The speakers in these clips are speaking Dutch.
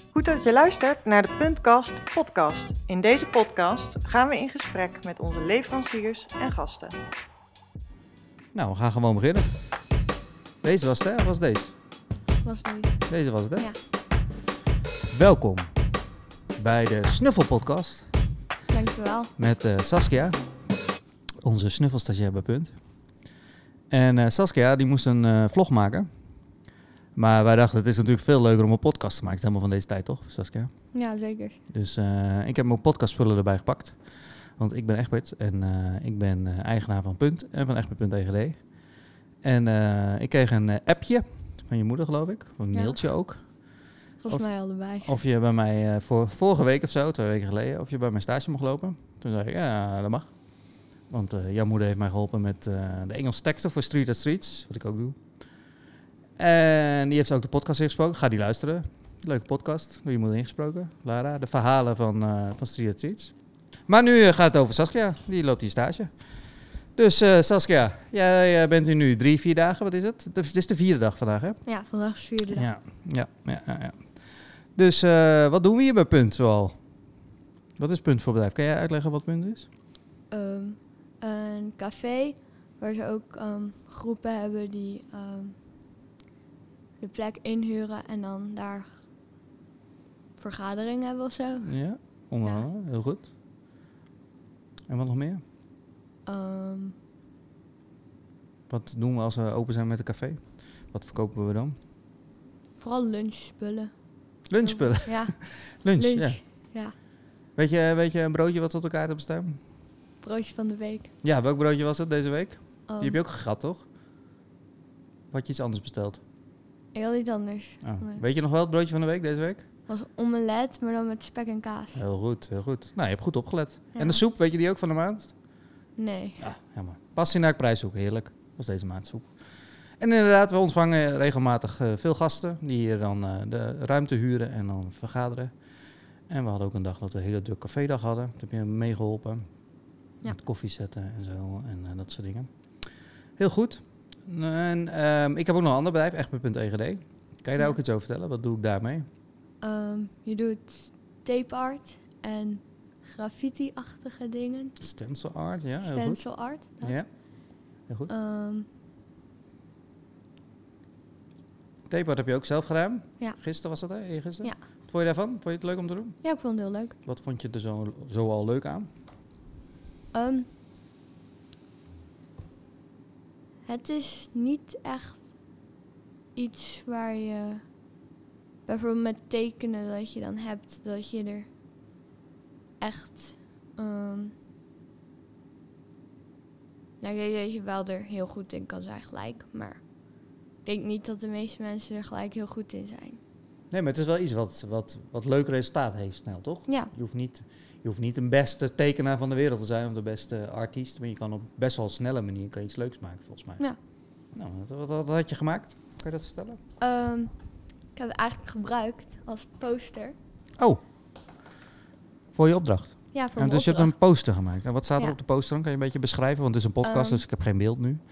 Goed dat je luistert naar de Puntkast podcast. In deze podcast gaan we in gesprek met onze leveranciers en gasten. Nou, we gaan gewoon beginnen. Deze was het, hè? Of was deze? Was leuk. Deze was het, hè? Ja. Welkom bij de Snuffelpodcast Dankjewel. met Saskia, onze snuffelstagiair bij Punt. En Saskia, die moest een vlog maken. Maar wij dachten, het is natuurlijk veel leuker om een podcast te maken. Het is helemaal van deze tijd, toch, Saskia? Ja, zeker. Dus ik heb mijn podcastspullen erbij gepakt. Want ik ben Egbert en ik ben eigenaar van Punt en van Egbert.egd. En ik kreeg een appje van je moeder, geloof ik. Of een Ja. mailtje ook. Volgens mij allebei. Of je bij mij vorige week of zo, 2 weken geleden, of je bij mijn stage mocht lopen. Toen zei ik, ja, dat mag. Want jouw moeder heeft mij geholpen met de Engelse teksten voor Street at Streets, wat ik ook doe. En die heeft ook de podcast ingesproken. Ga die luisteren. Leuke podcast, door je moeder ingesproken. Lara, de verhalen van Street at Streets. Maar nu gaat het over Saskia, die loopt hier stage. Dus Saskia, jij bent hier nu 3-4 dagen, wat is het? Het is de 4e dag vandaag, hè? Ja, vandaag is 4e dag. Ja. Dus wat doen we hier bij Punt zoal? Wat is Punt voor bedrijf? Kan jij uitleggen wat Punt is? Een café waar ze ook groepen hebben die de plek inhuren en dan daar vergaderingen hebben of zo. Ja, onder andere. Heel goed. En wat nog meer? Wat doen we als we open zijn met een café? Wat verkopen we dan? Vooral lunchspullen. Lunchspullen. Ja, Lunch, lunch. ja. Ja, Weet je een broodje wat we op de kaart hebben staan? broodje van de week. Ja, welk broodje was het deze week? Die heb je ook gegad, toch? Of had je iets anders besteld? Ik had iets anders. Oh. Nee. Weet je nog wel het broodje van de week deze week? Het was omelet, maar dan met spek en kaas. Heel goed, heel goed. Nou, je hebt goed opgelet. Ja. En de soep, weet je die ook van de maand? Nee. Ja, helemaal. Pastinaak prijszoek, heerlijk. Was deze maand soep. En inderdaad, we ontvangen regelmatig veel gasten die hier dan de ruimte huren en dan vergaderen. En we hadden ook een dag dat we een hele druk cafédag hadden. Toen heb je meegeholpen. Ja. Met koffie zetten en zo en dat soort dingen. Heel goed. En ik heb ook nog een ander bedrijf, Egbert.egd. Kan je daar Ja. ook iets over vertellen? Wat doe ik daarmee? Je doet tape art en graffiti-achtige dingen. Stencil art, ja, heel goed. Stencil art. dat. Ja, heel goed. Ehm, Tape art heb je ook zelf gedaan? Ja. Gisteren was dat, hè? Eergisteren? Ja. Wat vond je daarvan? Vond je het leuk om te doen? ja, ik vond het heel leuk. Wat vond je er zo al leuk aan? Het is niet echt iets waar je bijvoorbeeld met tekenen dat je dan hebt dat je er echt nou, ik denk dat je wel er heel goed in kan zijn gelijk, maar ik denk niet dat de meeste mensen er gelijk heel goed in zijn. Nee, maar het is wel iets wat leuk resultaat heeft snel, toch? Ja, Je hoeft niet een beste tekenaar van de wereld te zijn of de beste artiest, maar je kan op best wel snelle manier iets leuks maken, volgens mij. Ja. Nou, wat had je gemaakt? Kan je dat vertellen? ik heb het eigenlijk gebruikt als poster. Oh, voor je opdracht. Ja, voor En mijn dus je hebt opdracht. een poster gemaakt. En wat staat er Ja. op de poster dan? Kan je een beetje beschrijven? Want het is een podcast, dus ik heb geen beeld nu.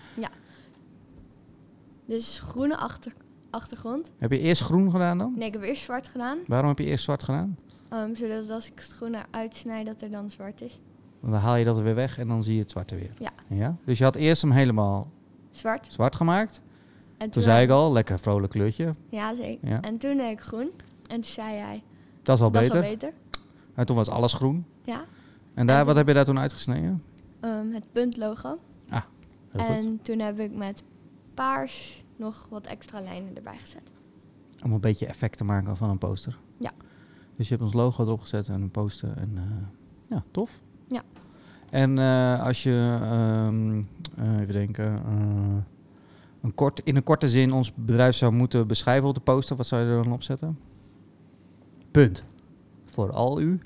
Dus groene achtergrond. Heb je eerst groen gedaan dan? Nee, ik heb eerst zwart gedaan. Waarom heb je eerst zwart gedaan? Zodat als ik het groen eruit snijd, dat er dan zwart is. Want dan haal je dat er weer weg en dan zie je het zwarte weer. Ja. Dus je had eerst hem helemaal Zwart. zwart gemaakt. En Toen zei ik al, lekker vrolijk kleurtje. Ja, zeker. Ja. En toen deed ik groen. En toen zei hij, Dat is al dat is beter. al beter. En toen was alles groen. Ja. En daar, toen- wat heb je daar toen uitgesneden? Het puntlogo. Heel goed. En toen heb ik met paars nog wat extra lijnen erbij gezet. Om een beetje effect te maken van een poster. Ja. Dus je hebt ons logo erop gezet en een poster. En ja, tof. Ja. En als je, even denken, in een korte zin ons bedrijf zou moeten beschrijven op de poster, wat zou je er dan op zetten? Punt. Voor al u,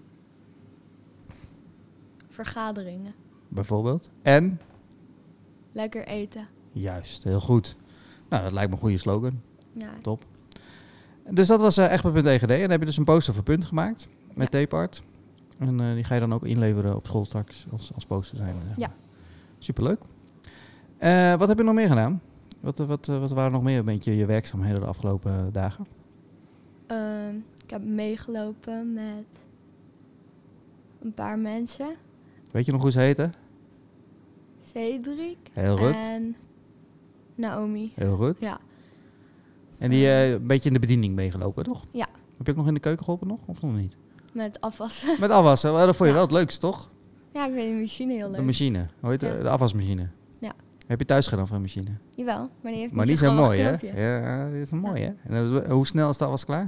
Vergaderingen. bijvoorbeeld. En? Lekker eten. Juist, heel goed. Nou, dat lijkt me een goede slogan. Ja. Top. Dus dat was Egbert.egd. En dan heb je dus een poster voor Punt gemaakt met tape art. En die ga je dan ook inleveren op school straks als poster zijn. Zeg maar. Ja. Superleuk. Wat heb je nog meer gedaan? Wat waren nog meer een beetje je werkzaamheden de afgelopen dagen? Ik heb meegelopen met een paar mensen. Weet je nog hoe ze heten? Cedric Heel goed. en Naomi. Heel goed. Ja. En die een beetje in de bediening meegelopen, toch? Ja. Heb je ook nog in de keuken geholpen nog? Of nog niet? Met afwassen. Met afwassen, dat vond je Ja. wel het leukste, toch? Ja, ik vind die machine heel leuk. De machine. Hoe heet Ja. de afwasmachine? Ja. Heb je thuis gedaan van een machine? Jawel, maar die heeft Maar niet niet zo'n zo mooi, hè? knopje. Ja, dit is een mooi, hè? En hoe snel is de afwas klaar?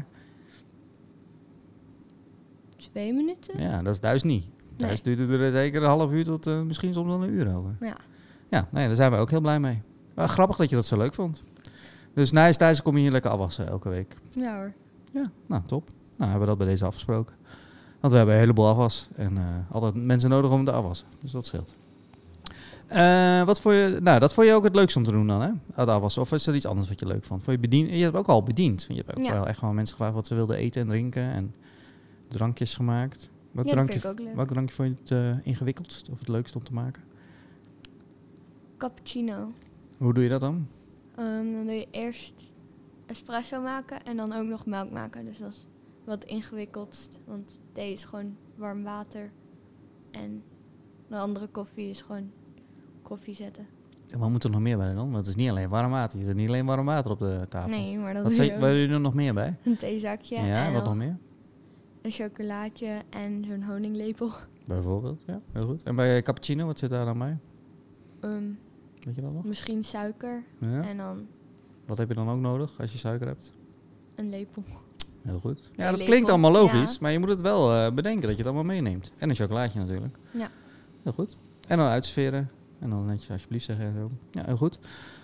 2 minuten? Ja, dat is thuis niet. Thuis duurde er zeker een half uur tot misschien soms wel een uur over. Ja. Ja, nee, daar zijn we ook heel blij mee. Maar grappig dat je dat zo leuk vond. Dus na je stage kom je hier lekker afwassen elke week. Ja hoor. Ja, nou top. Nou hebben we dat bij deze afgesproken. Want we hebben een heleboel afwas. En altijd mensen nodig om te afwassen. Dus dat scheelt. Wat vond je, nou, dat vond je ook het leukste om te doen dan, hè? Het afwassen. Of is er iets anders wat je leuk vond? Je hebt ook al bediend. Je hebt ook wel echt gewoon mensen gevraagd wat ze wilden eten en drinken. En drankjes gemaakt. Welk Ja, dat vind ik ook leuk. Welk drankje vond je het ingewikkeldst? Of het leukst om te maken? Cappuccino. Hoe doe je dat dan? Dan doe je eerst espresso maken en dan ook nog melk maken. Dus dat is wat ingewikkeldst. Want thee is gewoon warm water. En de andere koffie is gewoon koffie zetten. En wat moet er nog meer bij dan? Want het is niet alleen warm water. Je zet niet alleen warm water op de tafel. Nee, maar dat Wat doe doe je ook. je er nog meer bij? Een theezakje Ja, en wat nog meer? een chocolaatje en zo'n honinglepel. Bijvoorbeeld, ja, heel goed. En bij cappuccino, wat zit daar dan bij? Weet je dat nog? Misschien suiker Ja. en dan Wat heb je dan ook nodig als je suiker hebt? een lepel. Heel goed. Ja, dat Theelepel. klinkt allemaal logisch, Ja. maar je moet het wel bedenken dat je het allemaal meeneemt. En een chocolaatje natuurlijk. Ja. Heel goed. En dan uitsferen. En dan netjes alsjeblieft zeggen en zo. Ja, heel goed.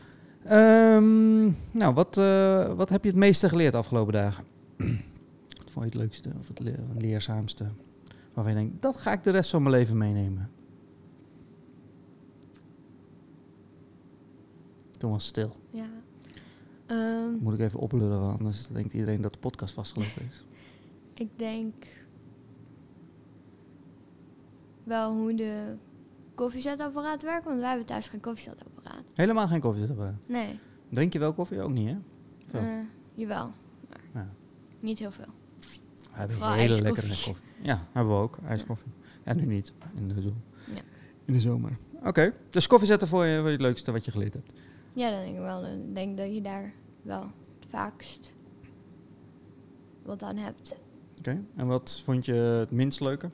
Nou, wat heb je het meeste geleerd de afgelopen dagen? Wat vond je het leukste of het leerzaamste? Waarvan je denkt, dat ga ik de rest van mijn leven meenemen. Toen was het stil. Ja. Moet ik even oplullen, want anders denkt iedereen dat de podcast vastgelopen is. Ik denk wel hoe de koffiezetapparaat werkt, want wij hebben thuis geen koffiezetapparaat. Helemaal geen koffiezetapparaat. Nee. Drink je wel koffie? Ook niet, hè? Veel. Jawel, maar Ja. niet heel veel. We hebben Vooral hele ijskoffie. lekkere koffie. Ja, hebben we ook. IJskoffie. Ja, nu niet. In de zon. Ja. In de zomer. Oké. Dus koffie zetten voor je het leukste wat je geleerd hebt. Ja, dat denk ik wel. Ik denk dat je daar wel het vaakst wat aan hebt. Oké. En wat vond je het minst leuke?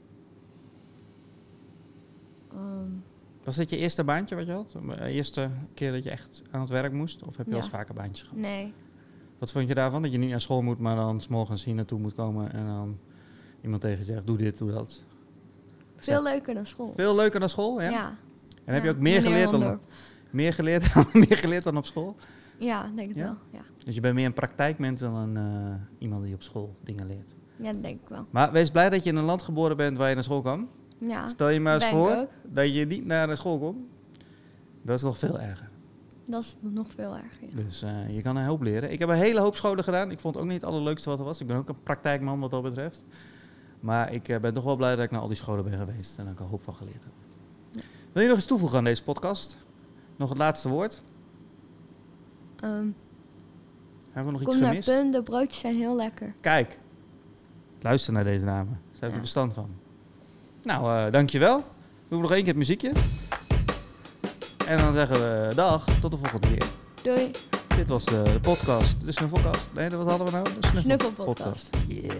Was dit je eerste baantje wat je had? De eerste keer dat je echt aan het werk moest? Of heb je wel eens vaker baantjes gehad? Nee. Wat vond je daarvan? Dat je niet naar school moet, maar dan 's morgens hier naartoe moet komen en dan iemand tegen je zegt, doe dit, doe dat. Veel leuker dan school. Veel leuker dan school, ja? Ja. En heb je Ja, ook meer meneer geleerd, Wondorp. meer geleerd dan op school? Ja, denk ik Ja? wel. Ja. Dus je bent meer een praktijkmens dan iemand die op school dingen leert. Ja, dat denk ik wel. Maar wees blij dat je in een land geboren bent waar je naar school kan. Ja, Stel je maar eens denk voor ook. dat je niet naar de school komt. Dat is nog veel erger. Dat is nog veel erger. Ja. Dus je kan een hoop leren. Ik heb een hele hoop scholen gedaan. Ik vond het ook niet het allerleukste wat er was. Ik ben ook een praktijkman wat dat betreft. Maar ik ben toch wel blij dat ik naar al die scholen ben geweest. En dat ik er een hoop van geleerd heb. Ja. Wil je nog iets toevoegen aan deze podcast? Nog het laatste woord? Hebben we nog iets Kom naar gemist? Punt, de broodjes zijn heel lekker. Kijk, luister naar deze dame. Ze heeft er Ja. verstand van. Nou, dankjewel. Doen we nog één keer het muziekje. En dan zeggen we dag, tot de volgende keer. Doei. Dit was de podcast, de Snuffelkast. Nee, wat hadden we nou? De Snuffelpodcast. Yeah.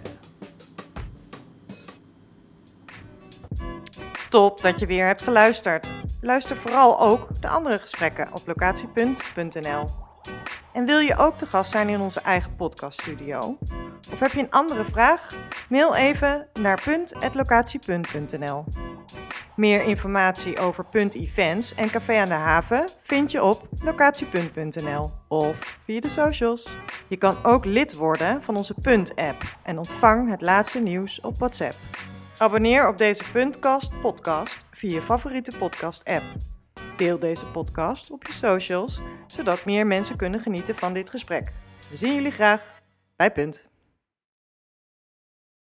Top dat je weer hebt geluisterd. Luister vooral ook de andere gesprekken op locatie.nl. En wil je ook te gast zijn in onze eigen podcaststudio? Of heb je een andere vraag? Mail even naar punt@locatie.nl. Meer informatie over Punt Events en Café aan de Haven vind je op locatie.nl of via de socials. Je kan ook lid worden van onze Punt-app en ontvang het laatste nieuws op WhatsApp. Abonneer op deze Puntcast podcast via je favoriete podcast-app. Deel deze podcast op je socials, zodat meer mensen kunnen genieten van dit gesprek. We zien jullie graag bij Punt.